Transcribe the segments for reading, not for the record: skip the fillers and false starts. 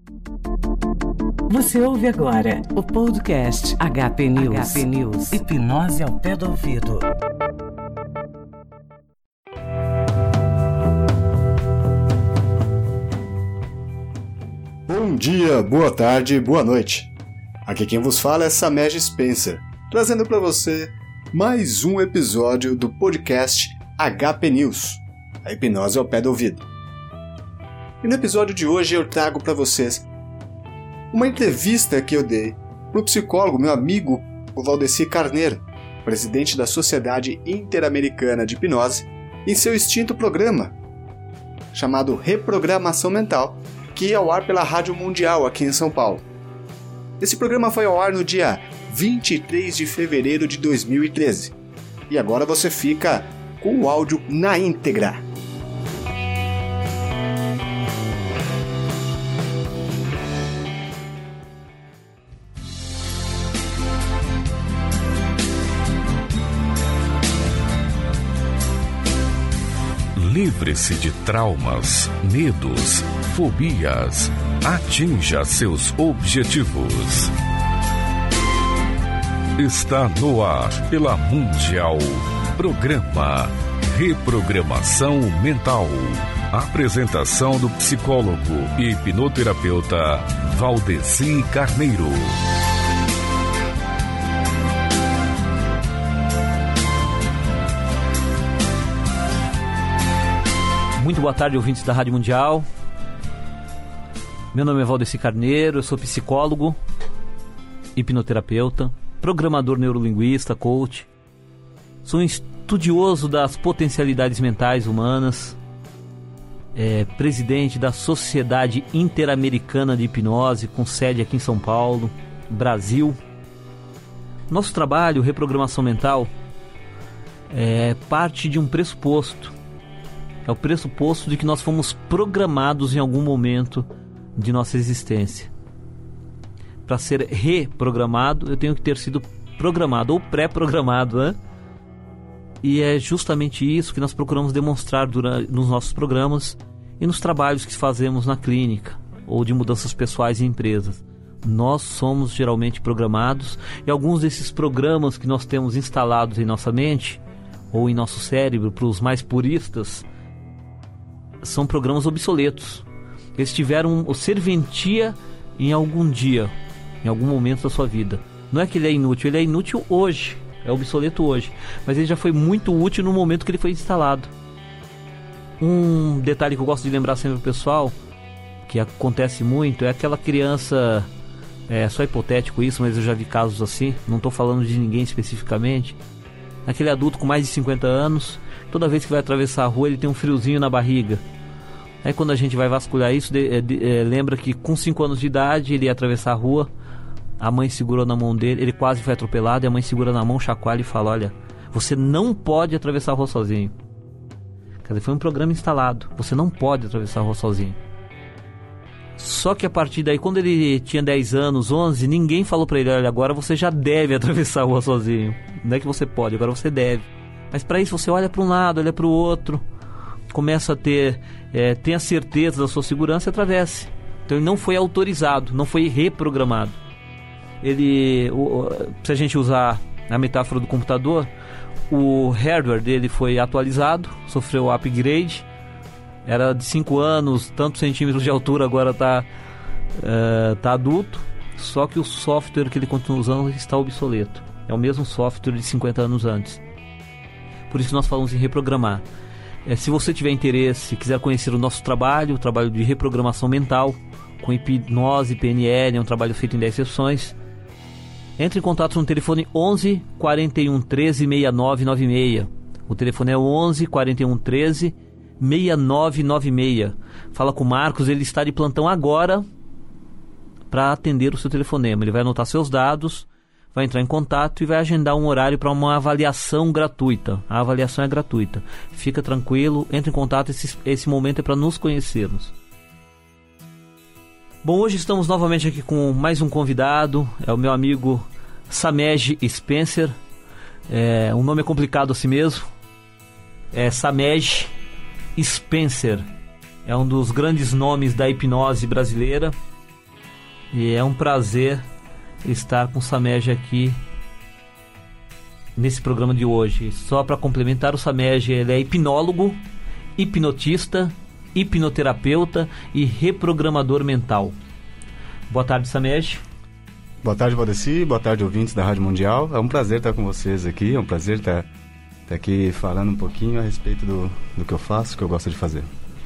Você ouve agora o podcast HP News. Hipnose ao pé do ouvido. Bom dia, boa tarde, boa noite. Aqui quem vos fala é Samej Spencer, trazendo para você mais um episódio do podcast HP News, a hipnose ao pé do ouvido. E no episódio de hoje eu trago para vocês uma entrevista que eu dei para o psicólogo, meu amigo, o Valdeci Carneiro, presidente da Sociedade Interamericana de Hipnose, em seu extinto programa, chamado Reprogramação Mental, que ia ao ar pela Rádio Mundial aqui em São Paulo. Esse programa foi ao ar no dia 23 de fevereiro de 2013. E agora você fica com o áudio na íntegra. Livre-se de traumas, medos, fobias. Atinja seus objetivos. Está no ar pela Mundial. Programa Reprogramação Mental. Apresentação do psicólogo e hipnoterapeuta Valdeci Carneiro. Muito boa tarde, ouvintes da Rádio Mundial. Meu nome é Valdeci Carneiro, eu sou psicólogo, hipnoterapeuta, programador neurolinguista, coach. Sou um estudioso das potencialidades mentais humanas, presidente da Sociedade Interamericana de Hipnose, com sede aqui em São Paulo, Brasil. Nosso trabalho, reprogramação mental, parte de um pressuposto. É o pressuposto de que nós fomos programados em algum momento de nossa existência. Para ser reprogramado, eu tenho que ter sido programado ou pré-programado, né? E é justamente isso que nós procuramos demonstrar nos nossos programas e nos trabalhos que fazemos na clínica ou de mudanças pessoais em empresas. Nós somos geralmente programados e alguns desses programas que nós temos instalados em nossa mente ou em nosso cérebro, para os mais puristas, são programas obsoletos. Eles tiveram serventia em algum dia, em algum momento da sua vida. Não é que ele é inútil hoje, é obsoleto hoje, mas ele já foi muito útil no momento que ele foi instalado. Um detalhe que eu gosto de lembrar sempre pro pessoal, que acontece muito, é aquela criança, é só hipotético isso, mas eu já vi casos assim, não estou falando de ninguém especificamente, aquele adulto com mais de 50 anos, toda vez que vai atravessar a rua ele tem um friozinho na barriga. Aí quando a gente vai vasculhar isso, lembra que com 5 anos de idade ele ia atravessar a rua, a mãe segurou na mão dele, ele quase foi atropelado e a mãe segura na mão, chacoalha e fala: olha, você não pode atravessar a rua sozinho. Quer dizer, foi um programa instalado, você não pode atravessar a rua sozinho. Só que a partir daí, quando ele tinha 10 anos, 11, ninguém falou pra ele: olha, agora você já deve atravessar a rua sozinho. Não é que você pode, agora você deve. Mas para isso você olha para um lado, olha para o outro, começa a ter a certeza da sua segurança e atravesse. Então ele não foi autorizado, não foi reprogramado. Se a gente usar a metáfora do computador, o hardware dele foi atualizado, sofreu upgrade, era de 5 anos, tantos centímetros de altura, agora está adulto, só que o software que ele continua usando está obsoleto. É o mesmo software de 50 anos antes. Por isso nós falamos em reprogramar. Se você tiver interesse, quiser conhecer o nosso trabalho, o trabalho de reprogramação mental, com hipnose, PNL, é um trabalho feito em 10 sessões, entre em contato no telefone 11 41 13 6996. O telefone é 11 41 13 6996. Fala com o Marcos, ele está de plantão agora para atender o seu telefonema. Ele vai anotar seus dados, vai entrar em contato e vai agendar um horário para uma avaliação gratuita. A avaliação é gratuita. Fica tranquilo, entre em contato, esse momento é para nos conhecermos. Bom, hoje estamos novamente aqui com mais um convidado, é o meu amigo Samej Spencer. Um nome é complicado assim mesmo. Samej Spencer. É um dos grandes nomes da hipnose brasileira. E é um prazer estar com o Samed aqui nesse programa de hoje. Só para complementar, o Samed, ele é hipnólogo, hipnotista, hipnoterapeuta e reprogramador mental. Boa tarde, Samed. Boa tarde, Valdeci. Boa tarde, ouvintes da Rádio Mundial. É um prazer estar com vocês aqui. É um prazer estar aqui falando um pouquinho a respeito do que eu faço, do que eu gosto de fazer.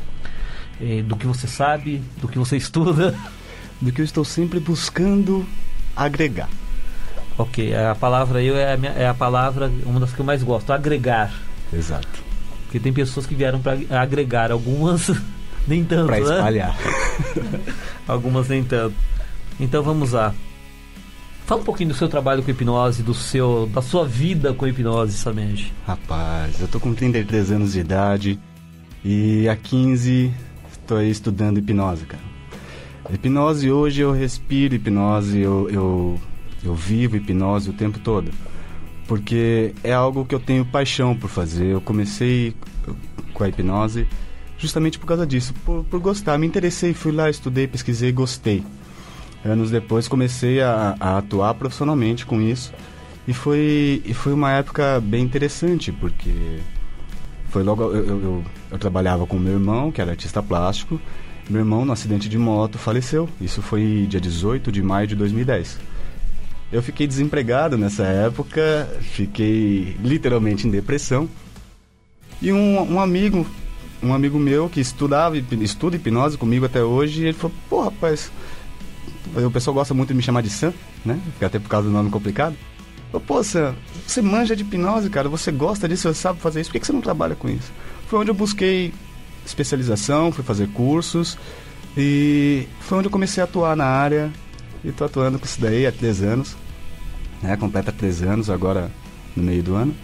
Do que você sabe, do que você estuda. Do que eu estou sempre buscando agregar. Ok, a palavra aí é a palavra, uma das que eu mais gosto, agregar. Exato. Porque tem pessoas que vieram para agregar, algumas nem tanto, para espalhar. Algumas nem tanto. Então vamos lá. Fala um pouquinho do seu trabalho com hipnose, da sua vida com hipnose, Samed. Rapaz, eu tô com 33 anos de idade e há 15 estou aí estudando hipnose, cara. Hipnose, hoje eu respiro hipnose, eu vivo hipnose o tempo todo, porque é algo que eu tenho paixão por fazer. Eu comecei com a hipnose justamente por causa disso, por gostar. Me interessei, fui lá, estudei, pesquisei, gostei. Anos depois comecei a atuar profissionalmente com isso, e foi uma época bem interessante, porque foi logo eu trabalhava com meu irmão, que era artista plástico. Meu irmão, no acidente de moto, faleceu. Isso foi dia 18 de maio de 2010. Eu fiquei desempregado nessa época, fiquei literalmente em depressão. E um amigo meu que estuda hipnose comigo até hoje, ele falou: pô, rapaz, o pessoal gosta muito de me chamar de Sam, né? Até por causa do nome complicado. Pô, Sam, você manja de hipnose, cara, você gosta disso, você sabe fazer isso, por que você não trabalha com isso? Foi onde eu busquei especialização, fui fazer cursos, e foi onde eu comecei a atuar na área. E estou atuando com isso daí há 3 anos, né? Completa 3 anos agora no meio do ano.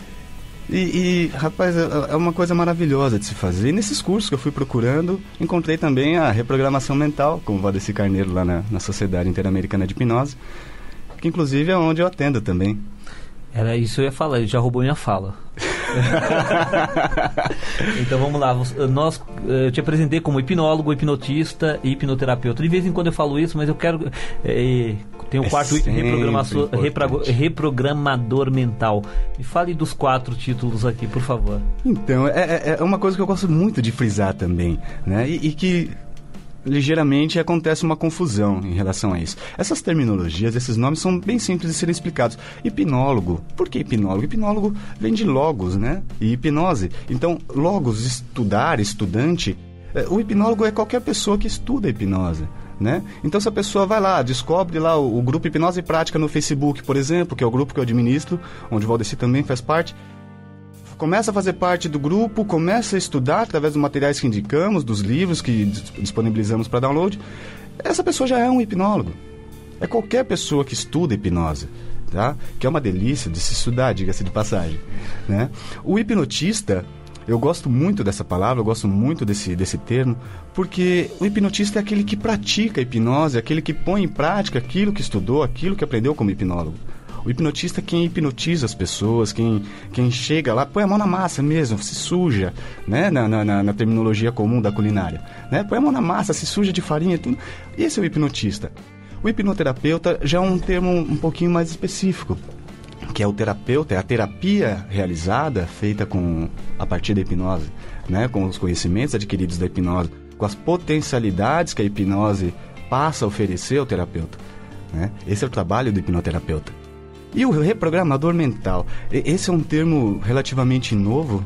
Rapaz, é uma coisa maravilhosa de se fazer. E nesses cursos que eu fui procurando, encontrei também a reprogramação mental, com o Valdeci Carneiro lá na Sociedade Interamericana de Hipnose, que inclusive é onde eu atendo também. Era isso que eu ia falar, ele já roubou minha fala. Então vamos lá, eu te apresentei como hipnólogo, hipnotista e hipnoterapeuta. De vez em quando eu falo isso, mas eu quero tem o quarto reprogramador mental. Me fale dos 4 títulos aqui, por favor. Então, é uma coisa que eu gosto muito de frisar também, né? E que ligeiramente acontece uma confusão em relação a isso. Essas terminologias, esses nomes são bem simples de serem explicados. Hipnólogo, por que hipnólogo? Hipnólogo vem de logos, né? E hipnose. Então, logos, estudar, estudante. O hipnólogo é qualquer pessoa que estuda hipnose, né? Então, se a pessoa vai lá, descobre lá o grupo Hipnose Prática no Facebook, por exemplo, que é o grupo que eu administro, onde o Valdeci também faz parte, começa a fazer parte do grupo, começa a estudar através dos materiais que indicamos, dos livros que disponibilizamos para download, essa pessoa já é um hipnólogo. É qualquer pessoa que estuda hipnose, tá? Que é uma delícia de se estudar, diga-se de passagem, né? O hipnotista, eu gosto muito dessa palavra, eu gosto muito desse termo, porque o hipnotista é aquele que pratica a hipnose, aquele que põe em prática aquilo que estudou, aquilo que aprendeu como hipnólogo. O hipnotista é quem hipnotiza as pessoas, quem chega lá, põe a mão na massa mesmo, se suja, né? Na terminologia comum da culinária, né? Põe a mão na massa, se suja de farinha, tudo. Esse é o hipnotista. O hipnoterapeuta já é um termo um pouquinho mais específico, que é o terapeuta, é a terapia realizada, feita a partir da hipnose, né? Com os conhecimentos adquiridos da hipnose, com as potencialidades que a hipnose passa a oferecer ao terapeuta, né? Esse é o trabalho do hipnoterapeuta. E o reprogramador mental, esse é um termo relativamente novo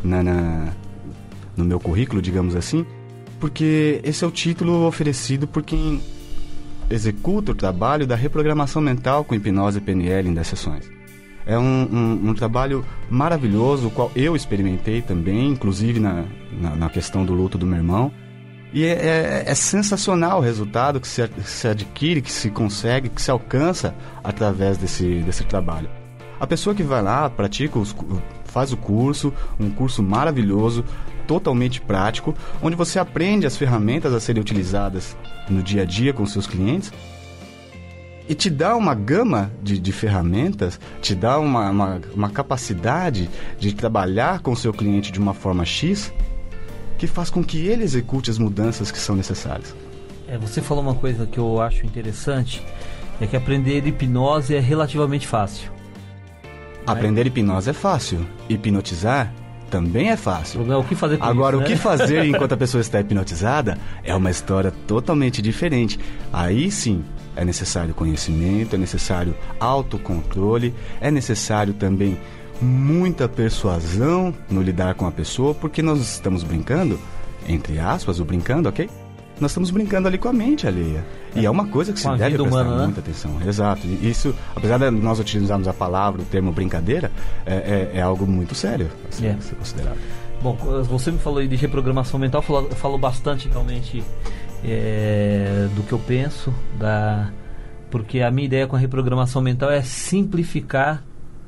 no meu currículo, digamos assim, porque esse é o título oferecido por quem executa o trabalho da reprogramação mental com hipnose e PNL em 10 sessões. É um trabalho maravilhoso, o qual eu experimentei também, inclusive na questão do luto do meu irmão. E é sensacional o resultado que se adquire, que se consegue, que se alcança através desse trabalho. A pessoa que vai lá, pratica, faz o curso, um curso maravilhoso, totalmente prático, onde você aprende as ferramentas a serem utilizadas no dia a dia com seus clientes, e te dá uma gama de ferramentas, te dá uma capacidade de trabalhar com o seu cliente de uma forma X, que faz com que ele execute as mudanças que são necessárias. Você falou uma coisa que eu acho interessante, é que aprender hipnose é relativamente fácil. Aprender hipnose é fácil, hipnotizar também é fácil. O que fazer com Agora, isso, o que fazer enquanto a pessoa está hipnotizada é uma história totalmente diferente. Aí sim, é necessário conhecimento, é necessário autocontrole, é necessário também muita persuasão no lidar com a pessoa, porque nós estamos brincando, entre aspas, o brincando, ok? Nós estamos brincando ali com a mente alheia. E é uma coisa que se deve prestar muita atenção. Exato. E isso, apesar de nós utilizarmos a palavra, o termo brincadeira, é algo muito sério a ser considerado. Bom, você me falou aí de reprogramação mental, falou bastante realmente do que eu penso, porque a minha ideia com a reprogramação mental é simplificar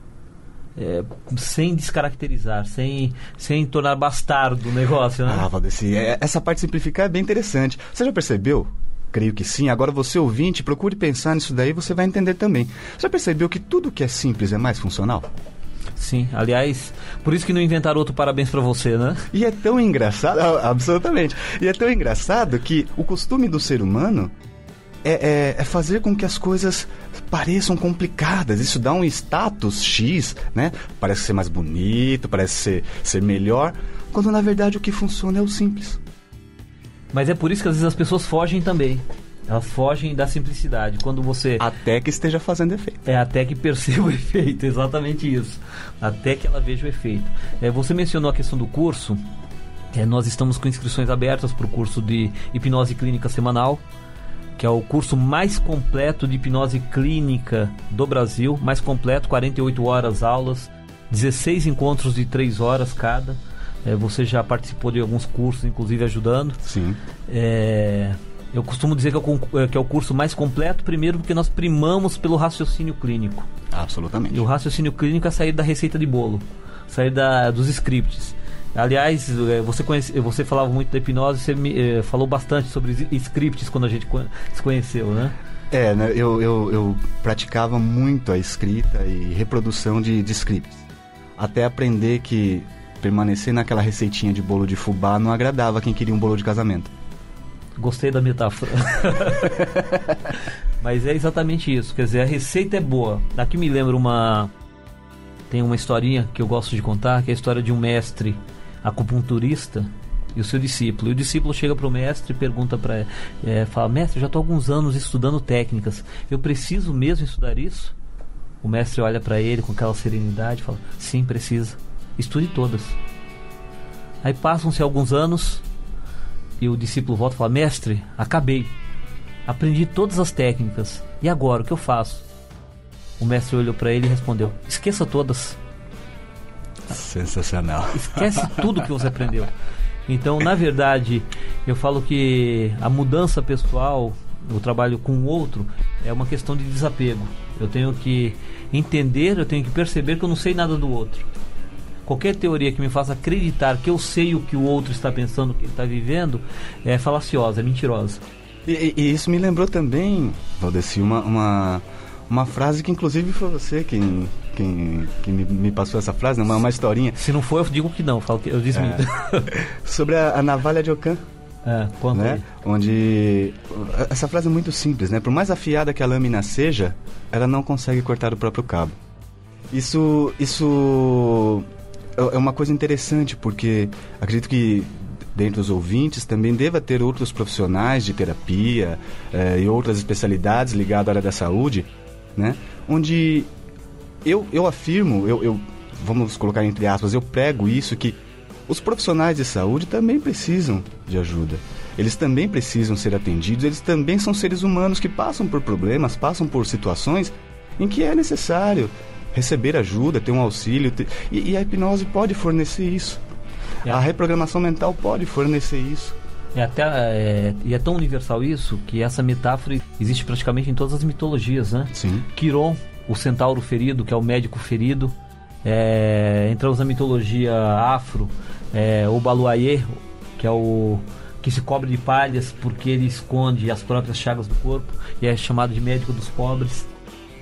sem descaracterizar, sem tornar bastardo o negócio, né? Valdeci, essa parte de simplificar é bem interessante. Você já percebeu? Creio que sim. Agora você, ouvinte, procure pensar nisso daí, você vai entender também. Você já percebeu que tudo que é simples é mais funcional? Sim, aliás, por isso que não inventaram outro parabéns pra você, né? E é tão engraçado, absolutamente. E é tão engraçado que o costume do ser humano é fazer com que as coisas pareçam complicadas. Isso dá um status X, né? Parece ser mais bonito, parece ser melhor, quando na verdade o que funciona é o simples. Mas é por isso que às vezes as pessoas fogem também. Elas fogem da simplicidade. Quando você... Até que esteja fazendo efeito. Até que perceba o efeito, exatamente isso. Até que ela veja o efeito. Você mencionou a questão do curso. Nós estamos com inscrições abertas para o curso de hipnose clínica semanal, que é o curso mais completo de hipnose clínica do Brasil. Mais completo, 48 horas aulas, 16 encontros de 3 horas cada. Você já participou de alguns cursos, inclusive ajudando. Sim. Eu costumo dizer que é o curso mais completo, primeiro porque nós primamos pelo raciocínio clínico. Absolutamente. E o raciocínio clínico é sair da receita de bolo, sair dos scripts. Aliás, você falava muito da hipnose, você falou bastante sobre scripts quando a gente se conheceu, né? Eu praticava muito a escrita e reprodução de scripts. Até aprender que permanecer naquela receitinha de bolo de fubá não agradava quem queria um bolo de casamento. Gostei da metáfora. Mas é exatamente isso. Quer dizer, a receita é boa. Aqui me lembra tem uma historinha que eu gosto de contar, que é a história de um mestre acupunturista e o seu discípulo. E o discípulo chega para o mestre e pergunta fala: mestre, eu já estou há alguns anos estudando técnicas. Eu preciso mesmo estudar isso? O mestre olha para ele com aquela serenidade e fala: sim, precisa. Estude todas. Aí passam-se alguns anos e o discípulo volta e fala: mestre, acabei. Aprendi todas as técnicas. E agora, o que eu faço? O mestre olhou para ele e respondeu: esqueça todas. Sensacional. Esquece tudo que você aprendeu. Então, na verdade, eu falo que a mudança pessoal, o trabalho com o outro, é uma questão de desapego. Eu tenho que entender, eu tenho que perceber que eu não sei nada do outro. Qualquer teoria que me faça acreditar que eu sei o que o outro está pensando, o que ele está vivendo, é falaciosa, é mentirosa. E isso me lembrou também, Valdeci, uma frase que inclusive foi você quem me passou essa frase, uma historinha. Se não for, eu digo que não, eu desminto. Sobre a navalha de Ockham. Conta né? aí. Onde essa frase é muito simples, né? Por mais afiada que a lâmina seja, ela não consegue cortar o próprio cabo. Isso é uma coisa interessante, porque acredito que dentre os ouvintes também deva ter outros profissionais de terapia e outras especialidades ligadas à área da saúde, né? Onde eu afirmo, vamos colocar entre aspas, eu prego isso, que os profissionais de saúde também precisam de ajuda. Eles também precisam ser atendidos, eles também são seres humanos que passam por problemas, passam por situações em que é necessário receber ajuda, ter um auxílio, e a hipnose pode fornecer isso. A reprogramação mental pode fornecer isso. E é tão universal isso que essa metáfora existe praticamente em todas as mitologias, né? Sim. Quiron, o centauro ferido, que é o médico ferido. Entramos na mitologia afro, o Baluayê, que é o que se cobre de palhas porque ele esconde as próprias chagas do corpo e é chamado de médico dos pobres.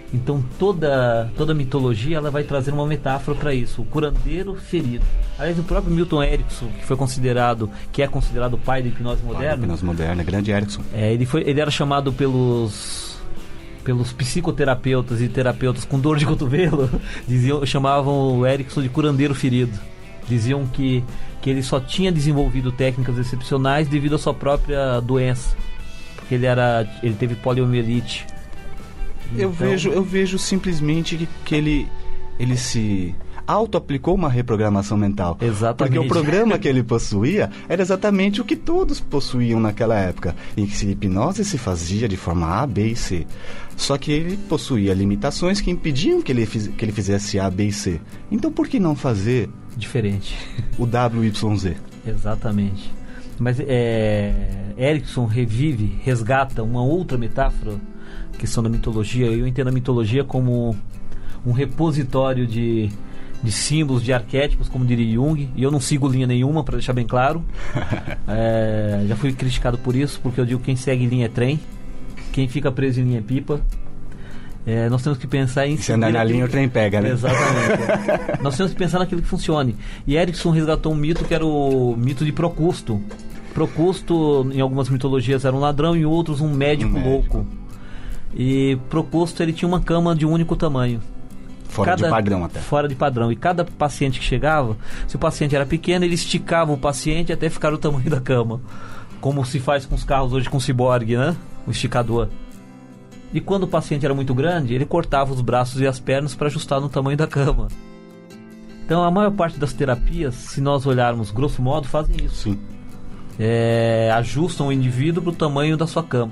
Então toda mitologia ela vai trazer uma metáfora para isso, o curandeiro ferido. Aliás, o próprio Milton Erickson, que é considerado o pai da hipnose moderna. Hipnose moderna, grande Erickson. Ele era chamado pelos psicoterapeutas e terapeutas com dor de cotovelo, chamavam o Erickson de curandeiro ferido. Diziam que ele só tinha desenvolvido técnicas excepcionais devido à sua própria doença, porque ele teve poliomielite. Eu vejo simplesmente que ele se auto-aplicou uma reprogramação mental. Exatamente. Porque o programa que ele possuía era exatamente o que todos possuíam naquela época, em que a hipnose se fazia de forma A, B e C. Só que ele possuía limitações que impediam que ele fizesse A, B e C. Então por que não fazer diferente? O WYZ. Exatamente. Mas Erickson resgata uma outra metáfora, questão da mitologia. Eu entendo a mitologia como um repositório de símbolos, de arquétipos, como diria Jung, e eu não sigo linha nenhuma, para deixar bem claro. Já fui criticado por isso, porque eu digo que quem segue linha é trem, quem fica preso em linha é pipa. Nós temos que pensar em... Se andar na linha, o trem pega, né? Exatamente. Nós temos que pensar naquilo que funcione. E Erickson resgatou um mito que era o mito de Procusto. Procusto, em algumas mitologias, era um ladrão, em outros um médico louco. E Procusto, ele tinha uma cama de um único tamanho. Fora de padrão até. Fora de padrão. E cada paciente que chegava, se o paciente era pequeno, ele esticava o paciente até ficar o tamanho da cama. Como se faz com os carros hoje com ciborgue, né? O esticador. E quando o paciente era muito grande, ele cortava os braços e as pernas para ajustar no tamanho da cama. Então a maior parte das terapias, se nós olharmos grosso modo, fazem isso. Sim. Ajustam o indivíduo para o tamanho da sua cama.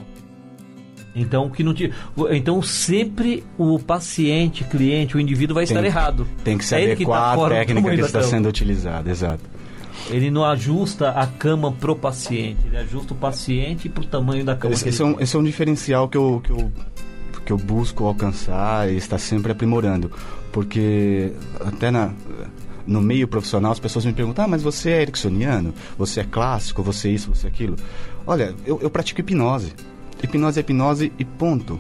Então sempre o paciente, cliente, o indivíduo vai estar errado. Tem que se adequar à técnica que está sendo utilizada, exato. Ele não ajusta a cama pro paciente, ele ajusta o paciente pro tamanho da cama. Esse é um diferencial que eu busco alcançar e está sempre aprimorando. Porque até no meio profissional as pessoas me perguntam: mas você é ericksoniano? Você é clássico? Você é isso, você é aquilo? Olha, eu pratico hipnose. Hipnose é hipnose e ponto.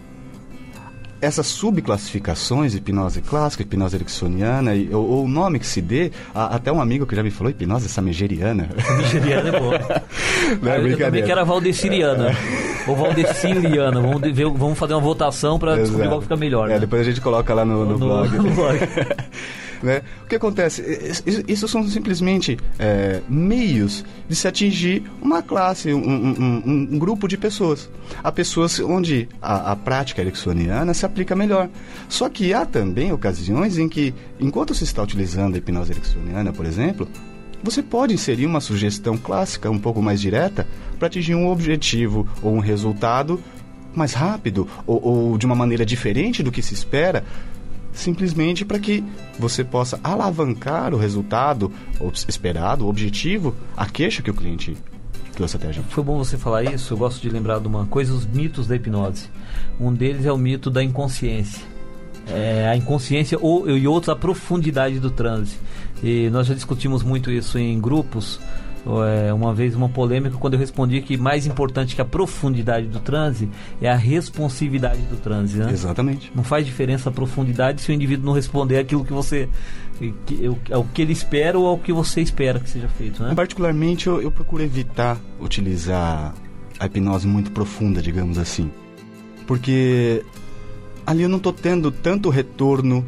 Essas subclassificações, hipnose clássica, hipnose ericksoniana, ou o nome que se dê, até um amigo que já me falou, hipnose samigeriana. Samigeriana é bom. Eu também quero a valdeciriana. Ou valdeciliana. Vamos fazer uma votação para descobrir qual fica melhor. Né? Depois a gente coloca lá no blog. No blog. Né? O que acontece? Isso são simplesmente meios de se atingir uma classe, um grupo de pessoas. Há pessoas onde a prática ericksoniana se aplica melhor. Só que há também ocasiões em que, enquanto se está utilizando a hipnose ericksoniana, por exemplo, você pode inserir uma sugestão clássica um pouco mais direta para atingir um objetivo ou um resultado mais rápido ou de uma maneira diferente do que se espera, simplesmente para que você possa alavancar o resultado esperado, o objetivo, a queixa que o cliente trouxe até a gente. Foi bom você falar isso. Eu gosto de lembrar de uma coisa, os mitos da hipnose. Um deles é o mito da inconsciência. A inconsciência e outros a profundidade do transe. E nós já discutimos muito isso em grupos. Uma vez uma polêmica quando eu respondi que mais importante que a profundidade do transe é a responsividade do transe, né? Exatamente. Não faz diferença a profundidade se o indivíduo não responder aquilo que você o que ele espera ou ao que você espera que seja feito, né? Particularmente eu procuro evitar utilizar a hipnose muito profunda, digamos assim, porque ali eu não estou tendo tanto retorno,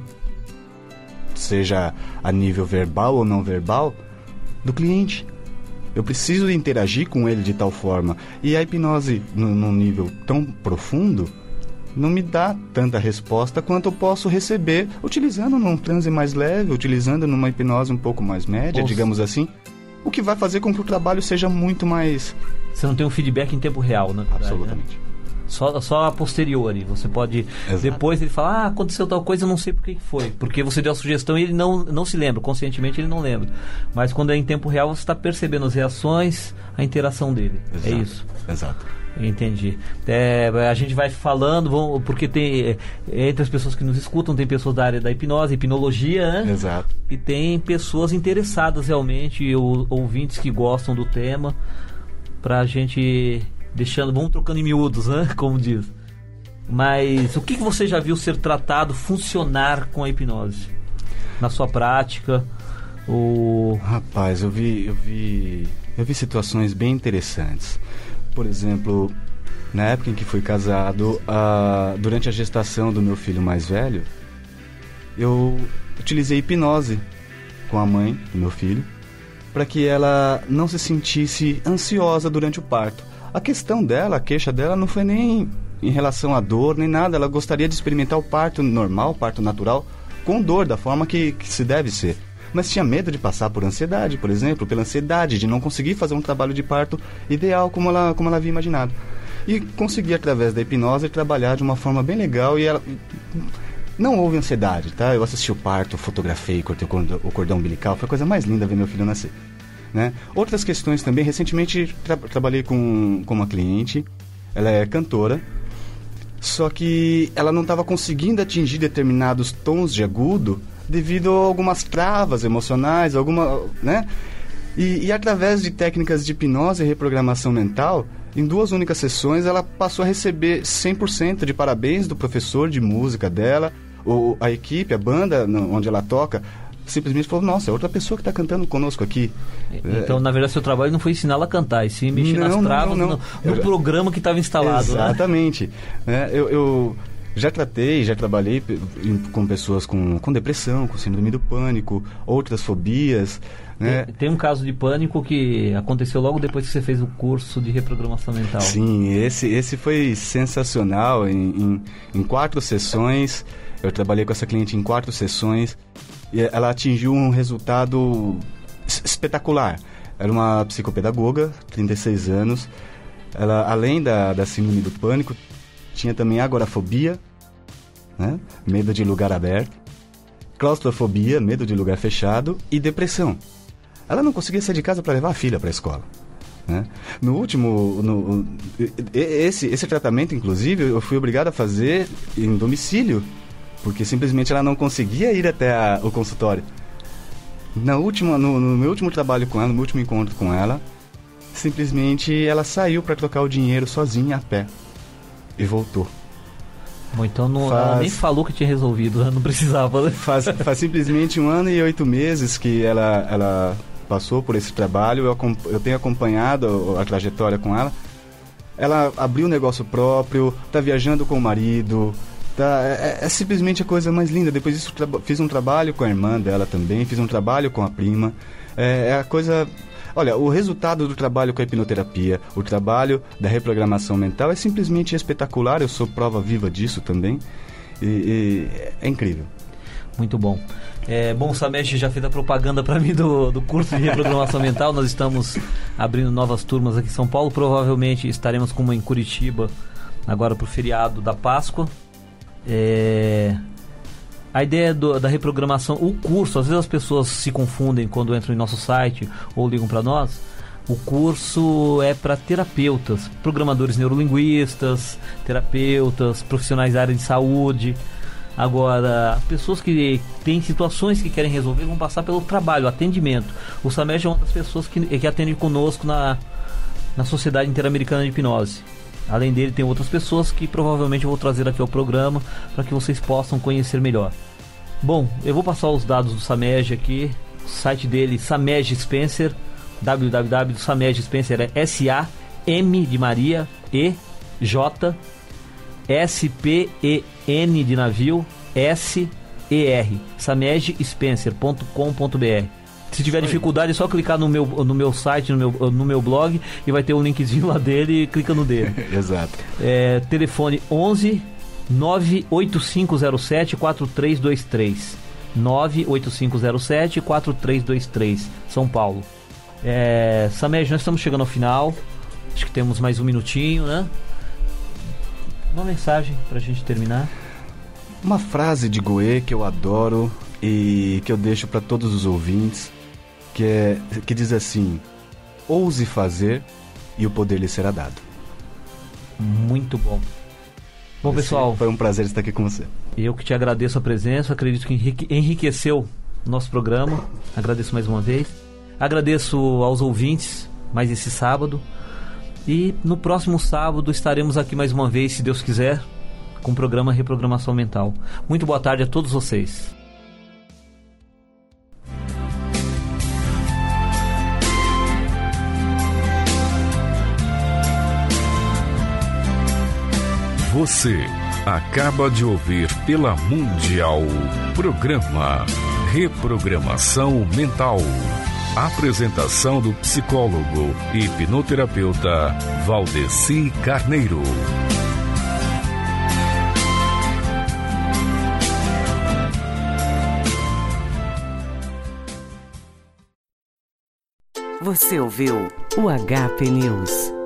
seja a nível verbal ou não verbal, do cliente. Eu preciso interagir com ele de tal forma. E a hipnose, num nível tão profundo, não me dá tanta resposta quanto eu posso receber utilizando num transe mais leve, utilizando numa hipnose um pouco mais média, digamos assim. O que vai fazer com que o trabalho seja muito mais... Você não tem um feedback em tempo real, né? Absolutamente. Né? Só a posteriori. Você pode... Exato. Depois ele fala, aconteceu tal coisa, eu não sei por que foi. Porque você deu a sugestão e ele não se lembra. Conscientemente ele não lembra. Mas quando é em tempo real, você está percebendo as reações, a interação dele. Exato. É isso. Exato. Entendi. A gente vai falando, porque tem... Entre as pessoas que nos escutam, tem pessoas da área da hipnose, hipnologia, né? Exato. E tem pessoas interessadas realmente, ouvintes que gostam do tema, pra gente... vamos trocando em miúdos, né? Como diz. Mas o que você já viu ser tratado, funcionar com a hipnose? Na sua prática? Rapaz, eu vi situações bem interessantes. Por exemplo, na época em que fui casado, durante a gestação do meu filho mais velho, eu utilizei hipnose com a mãe do meu filho para que ela não se sentisse ansiosa durante o parto. A queixa dela não foi nem em relação à dor, nem nada. Ela gostaria de experimentar o parto normal, o parto natural, com dor, da forma que se deve ser. Mas tinha medo de passar por ansiedade, por exemplo, pela ansiedade de não conseguir fazer um trabalho de parto ideal como ela havia imaginado. E consegui, através da hipnose, trabalhar de uma forma bem legal e ela... Não houve ansiedade, tá? Eu assisti o parto, fotografei, cortei o cordão umbilical, foi a coisa mais linda ver meu filho nascer, né? Outras questões também, recentemente trabalhei com uma cliente, ela é cantora, só que ela não estava conseguindo atingir determinados tons de agudo devido a algumas travas emocionais, né? E através de técnicas de hipnose e reprogramação mental, em 2 únicas sessões ela passou a receber 100% de parabéns do professor de música dela, a equipe, a banda onde ela toca, simplesmente falou: nossa, é outra pessoa que está cantando conosco aqui. Então, na verdade, seu trabalho não foi ensiná-la a cantar, e sim mexer nas travas no programa que estava instalado. Exatamente. Né? Eu já trabalhei com pessoas com depressão, com síndrome do pânico, outras fobias. Né? Tem um caso de pânico que aconteceu logo depois que você fez o curso de reprogramação mental. Sim, esse foi sensacional. Em 4 sessões, eu trabalhei com essa cliente em 4 sessões, e ela atingiu um resultado espetacular. Era uma psicopedagoga, 36 anos. Ela, além da síndrome do pânico, tinha também agorafobia, né? Medo de lugar aberto, claustrofobia, medo de lugar fechado, e depressão. Ela não conseguia sair de casa para levar a filha para a escola, né? Esse tratamento, inclusive, eu fui obrigado a fazer em domicílio, porque simplesmente ela não conseguia ir até o consultório. No meu último trabalho com ela, no meu último encontro com ela, simplesmente ela saiu para trocar o dinheiro sozinha a pé e voltou. Bom, então ela nem falou que tinha resolvido, não precisava, né? Faz simplesmente 1 ano e 8 meses que ela passou por esse trabalho. Eu tenho acompanhado a trajetória com ela. Ela abriu um negócio próprio, está viajando com o marido, é simplesmente a coisa mais linda. Depois disso, fiz um trabalho com a irmã dela também, fiz um trabalho com a prima. É a coisa... Olha, o resultado do trabalho com a hipnoterapia, o trabalho da reprogramação mental é simplesmente espetacular. Eu sou prova viva disso também. E é incrível. Muito bom. Bom, o Samesh já fez a propaganda para mim do curso de reprogramação mental. Nós estamos abrindo novas turmas aqui em São Paulo. Provavelmente estaremos com uma em Curitiba agora para o feriado da Páscoa. A ideia da reprogramação, o curso, às vezes as pessoas se confundem quando entram em nosso site ou ligam para nós. O curso é para terapeutas, programadores neurolinguistas, terapeutas, profissionais da área de saúde. Agora, pessoas que têm situações que querem resolver vão passar pelo trabalho, atendimento. O Samesh é uma das pessoas que atende conosco na Sociedade Interamericana de Hipnose. Além dele, tem outras pessoas que provavelmente eu vou trazer aqui ao programa para que vocês possam conhecer melhor. Bom, eu vou passar os dados do Samesh aqui. O site dele, Samesh Spencer, www.samesh Spencer, é S-A-M de Maria, E-J, S-P-E-N de navio, S-E-R, sameshspencer.com.br. Se tiver dificuldade, é só clicar no meu site, no meu blog, e vai ter um linkzinho lá dele, e clica no dele. Exato. Telefone 11 98507 4323. 98507 4323, São Paulo. Samesh, nós estamos chegando ao final. Acho que temos mais um minutinho, né? Uma mensagem pra gente terminar. Uma frase de Goethe que eu adoro e que eu deixo para todos os ouvintes, que diz assim: ouse fazer e o poder lhe será dado. Muito bom. Bom, pessoal, foi um prazer estar aqui com você. Eu que te agradeço a presença, acredito que enriqueceu o nosso programa. Agradeço mais uma vez. Agradeço aos ouvintes mais esse sábado. E no próximo sábado estaremos aqui mais uma vez, se Deus quiser, com o programa Reprogramação Mental. Muito boa tarde a todos vocês. Você acaba de ouvir pela Mundial programa Reprogramação Mental. Apresentação do psicólogo e hipnoterapeuta Valdeci Carneiro. Você ouviu o HP News.